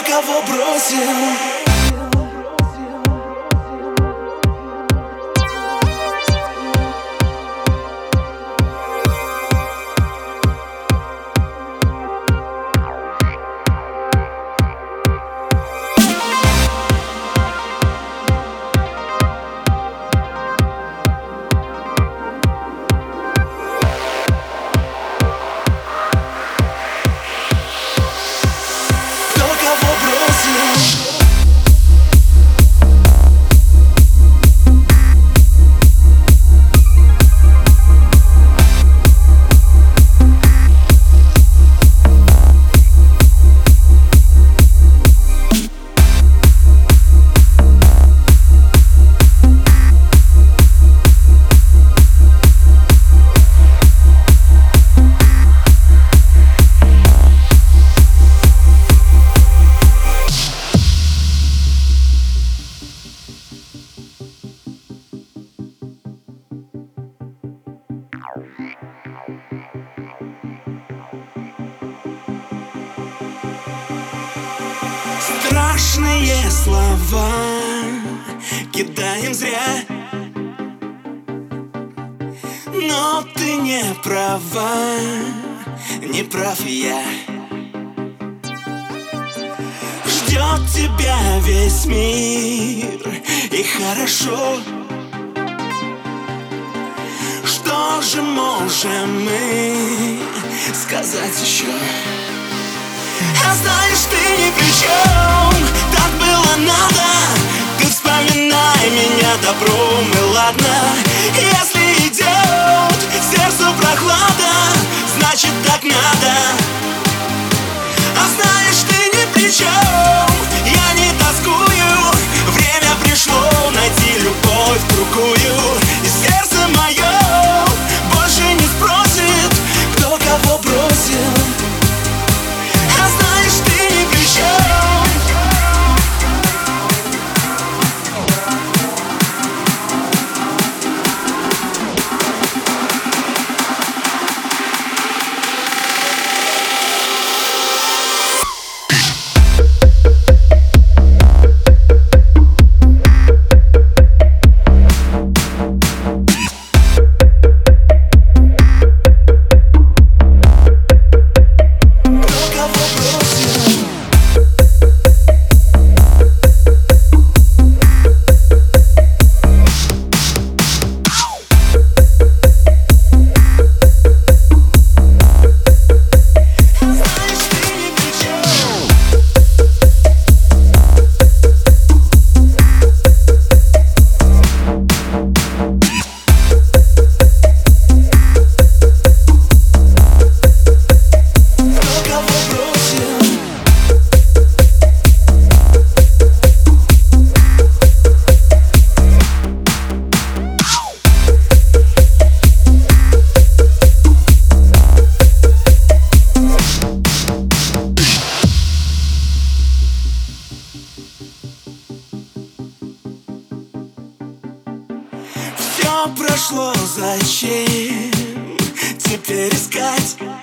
кто кого бросил. Страшные слова кидаем зря, но ты не права, не прав я. Ждет тебя весь мир, и хорошо. Что же можем мы сказать еще? А знаешь, ты ни при чем, так было надо. Ты вспоминай меня добром, и ладно. Если идет сердцу прохлада, значит так надо. А знаешь, ты ни при чем, я не тоскую. Время пришло найти любовь другую, и сердце мое больше не спросит, кто кого бросил. Все прошло, зачем теперь искать?